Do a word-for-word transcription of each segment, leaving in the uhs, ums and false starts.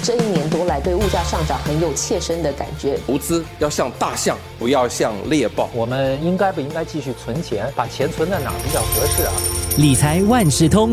这一年多来对物价上涨很有切身的感觉。 投资要像大象，不要像猎豹。 我们应该不应该继续存钱？把钱存在哪比较合适啊？ 理财万事通。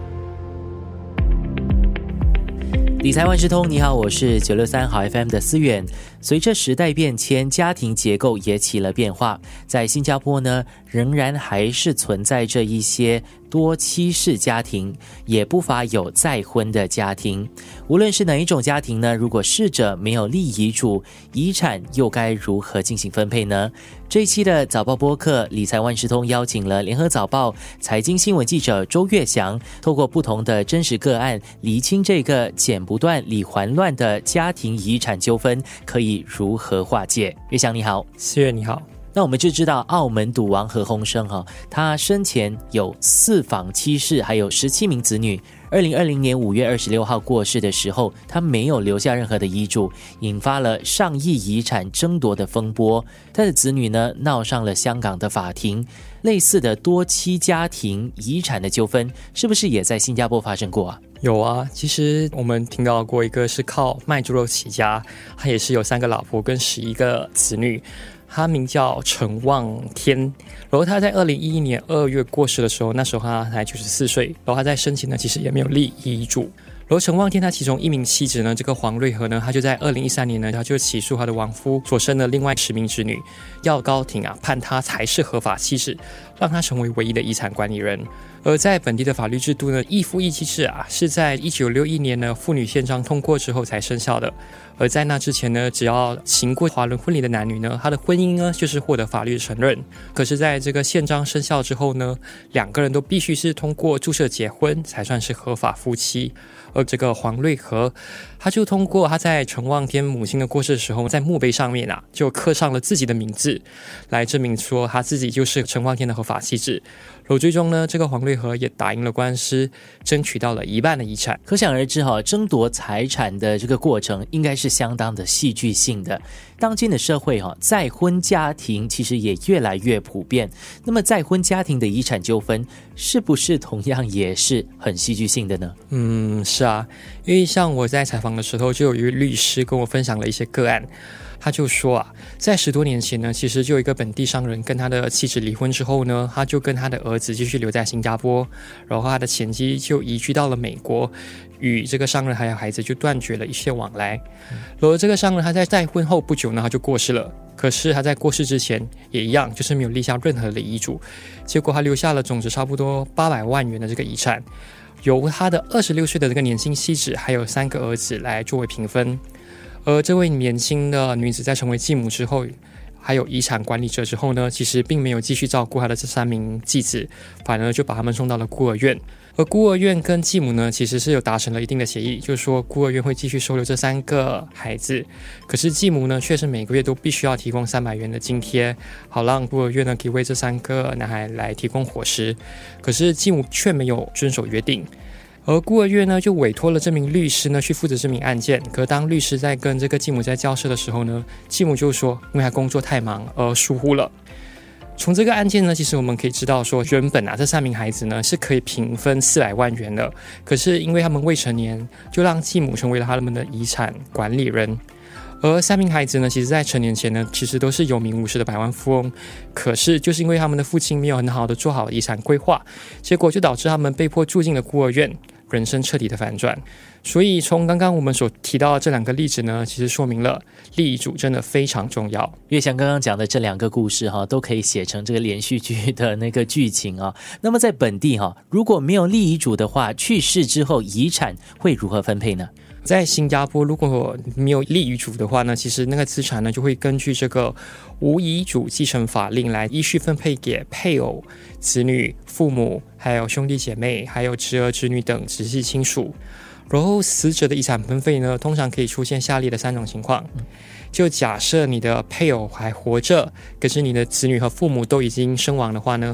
理财万事通，你好，我是九六三好 F M 的思远。随着时代变迁，家庭结构也起了变化。在新加坡呢，仍然还是存在着一些多妻式家庭，也不乏有再婚的家庭。无论是哪一种家庭呢，如果逝者没有立遗嘱，遗产又该如何进行分配呢？这一期的早报播客理财万事通邀请了联合早报财经新闻记者周月翔，透过不同的真实个案，厘清这个剪不断理还乱的家庭遗产纠纷可以如何化解。月翔你好。 思月你好。 那我们就知道澳门赌王何鸿燊哈，他生前有四房七室，还有十七名子女。二零二零年五月二十六号过世的时候，他没有留下任何的遗嘱，引发了上亿遗产争夺的风波。他的子女呢，闹上了香港的法庭。类似的多妻家庭遗产的纠纷，是不是也在新加坡发生过啊？ 有啊，其实我们听到过一个是靠卖猪肉起家，他也是有三个老婆跟十一个子女。他名叫陈望天，然后他在二零一一年二月过世的时候，那时候他才九十四岁，然后他在生前呢其实也没有立遗嘱。然后陈望天他其中一名妻子呢，这个黄瑞和呢，他就在二零一三年呢，他就起诉他的亡夫所生的另外十名子女，要高庭啊判他才是合法妻子，让他成为唯一的遗产管理人。而在本地的法律制度呢，一夫一妻制啊是在一九六一年呢妇女宪章通过之后才生效的。而在那之前呢，只要行过华伦婚礼的男女呢，他的婚姻呢就是获得法律承认。可是在这个宪章生效之后呢，两个人都必须是通过注册结婚才算是合法夫妻。而这个黄瑞和，他就通过他在陈望天母亲的过世的时候，在墓碑上面啊就刻上了自己的名字，来证明说他自己就是陈望天的合法妻子。然后最终呢，这个黄瑞和也打赢了官司，争取到了一半的遗产。 可想而知哈，争夺财产的这个过程应该是相当的戏剧性的。当今的社会哈，再婚家庭其实也越来越普遍。那么再婚家庭的遗产纠纷，是不是同样也是很戏剧性的呢？ 嗯，是啊，因为像我在采访的时候，就有一位律师跟我分享了一些个案。他就说啊，在十多年前呢，其实就有一个本地商人跟他的妻子离婚之后呢，他就跟他的儿子继续留在新加坡，然后他的前妻就移居到了美国，与这个商人还有孩子就断绝了一切往来。然后这个商人他在再婚后不久呢，他就过世了。可是他在过世之前也一样，就是没有立下任何的遗嘱，结果他留下了总值差不多八百万元的这个遗产，由他的二十六岁的这个年轻妻子还有三个儿子来作为平分。而这位年轻的女子在成为继母之后，还有遗产管理者之后呢，其实并没有继续照顾她的这三名继子，反而就把他们送到了孤儿院。而孤儿院跟继母呢，其实是有达成了一定的协议，就是说孤儿院会继续收留这三个孩子，可是继母呢，却是每个月都必须要提供三百元的津贴，好让孤儿院呢可以为这三个男孩来提供伙食。可是继母却没有遵守约定。而孤儿院呢，就委托了这名律师呢去负责这名案件。可当律师在跟这个继母在交涉的时候呢，继母就说，因为他工作太忙而疏忽了。从这个案件呢，其实我们可以知道说，原本啊这三名孩子呢是可以平分四百万元的，可是因为他们未成年，就让继母成为了他们的遗产管理人。而三名孩子呢，其实在成年前呢，其实都是有名无实的百万富翁，可是就是因为他们的父亲没有很好的做好遗产规划，结果就导致他们被迫住进了孤儿院，人生彻底的反转。所以从刚刚我们所提到的这两个例子呢，其实说明了立遗嘱真的非常重要。 月翔刚刚讲的这两个故事哈，都可以写成这个连续剧的那个剧情啊。那么在本地哈，如果没有立遗嘱的话，去世之后遗产会如何分配呢？ 在新加坡，如果没有立遗嘱的话呢，其实那个资产呢就会根据这个无遗嘱继承法令来依序分配给配偶、子女、父母，还有兄弟姐妹，还有侄儿、侄女等直系亲属。然后死者的遗产分配呢，通常可以出现下列的三种情况。就假设你的配偶还活着，可是你的子女和父母都已经身亡的话呢，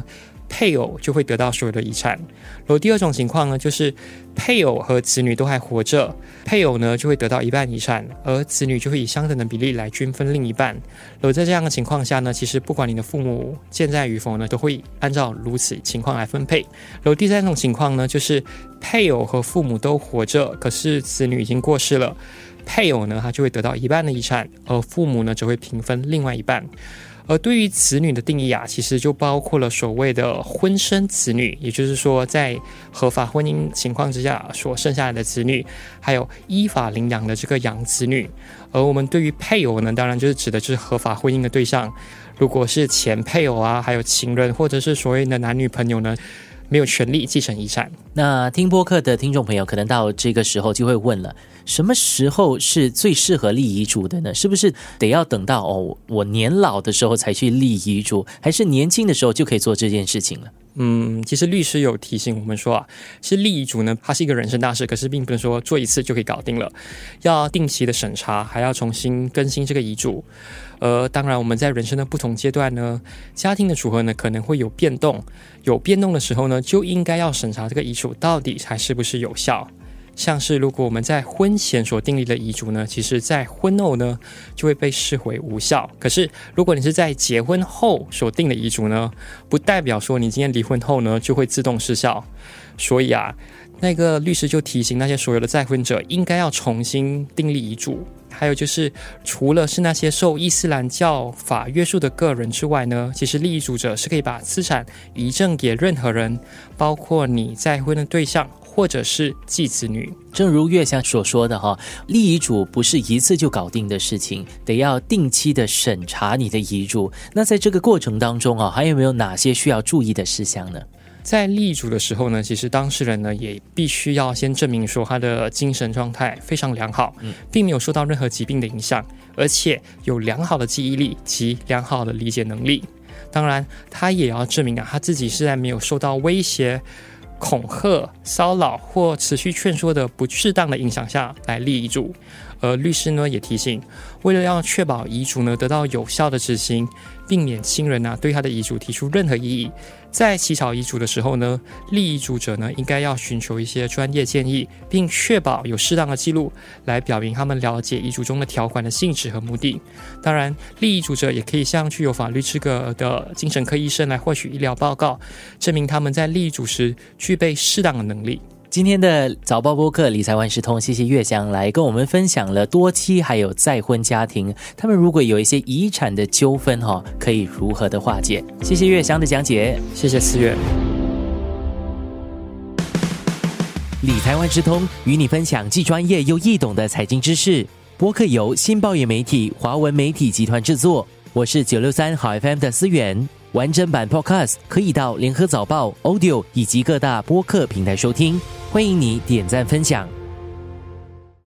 配偶就会得到所有的遗产。然后第二种情况呢，就是配偶和子女都还活着，配偶呢就会得到一半遗产，而子女就会以相等的比例来均分另一半。然后在这样的情况下呢，其实不管你的父母健在与否呢，都会按照如此情况来分配。然后第三种情况呢，就是配偶和父母都活着，可是子女已经过世了，配偶呢他就会得到一半的遗产，而父母呢则会平分另外一半。而对于子女的定义啊，其实就包括了所谓的婚生子女，也就是说在合法婚姻情况之下所生下来的子女，还有依法领养的这个养子女。而我们对于配偶呢，当然就是指的就是合法婚姻的对象，如果是前配偶啊，还有情人或者是所谓的男女朋友呢，没有权利继承遗产。 那听播客的听众朋友可能到这个时候就会问了，什么时候是最适合立遗嘱的呢？是不是得要等到哦我年老的时候才去立遗嘱，还是年轻的时候就可以做这件事情了？ 嗯，其实律师有提醒我们说啊，是立遗嘱呢，它是一个人生大事，可是并不能说做一次就可以搞定了，要定期的审查，还要重新更新这个遗嘱。呃，当然我们在人生的不同阶段呢，家庭的组合呢可能会有变动，有变动的时候呢，就应该要审查这个遗嘱到底还是不是有效。像是如果我们在婚前所订立的遗嘱呢，其实在婚后呢就会被视为无效。可是如果你是在结婚后所订的遗嘱呢，不代表说你今天离婚后呢就会自动失效。所以啊，那个律师就提醒那些所有的再婚者应该要重新订立遗嘱。还有就是除了是那些受伊斯兰教法约束的个人之外呢，其实立遗嘱者是可以把资产遗赠给任何人，包括你再婚的对象或者是继子女。 正如月香所说的哈，立遗嘱不是一次就搞定的事情，得要定期的审查你的遗嘱。那在这个过程当中啊，还有没有哪些需要注意的事项呢？ 在立遗嘱的时候呢，其实当事人呢也必须要先证明说他的精神状态非常良好，并没有受到任何疾病的影响，而且有良好的记忆力及良好的理解能力。当然，他也要证明啊，他自己是在没有受到威胁、恐吓、骚扰或持续劝说的不适当的影响下来立遗嘱。而律师呢也提醒，为了要确保遗嘱呢得到有效的执行，避免亲人啊对他的遗嘱提出任何异议，在起草遗嘱的时候呢，立遗嘱者呢应该要寻求一些专业建议，并确保有适当的记录来表明他们了解遗嘱中的条款的性质和目的。当然，立遗嘱者也可以向具有法律资格的精神科医生来获取医疗报告，证明他们在立遗嘱时具备适当的能力。 今天的早报播客理财万事通，谢谢月香来跟我们分享了多妻还有再婚家庭，他们如果有一些遗产的纠纷哈，可以如何的化解？谢谢月香的讲解， 谢谢思月。 理财万事通与你分享既专业又易懂的财经知识。播客由新报业媒体华文媒体集团制作，我是九六三好 F M 的思源。完整版 Podcast 可以到联合早报 Audio 以及各大播客平台收听，欢迎你点赞分享。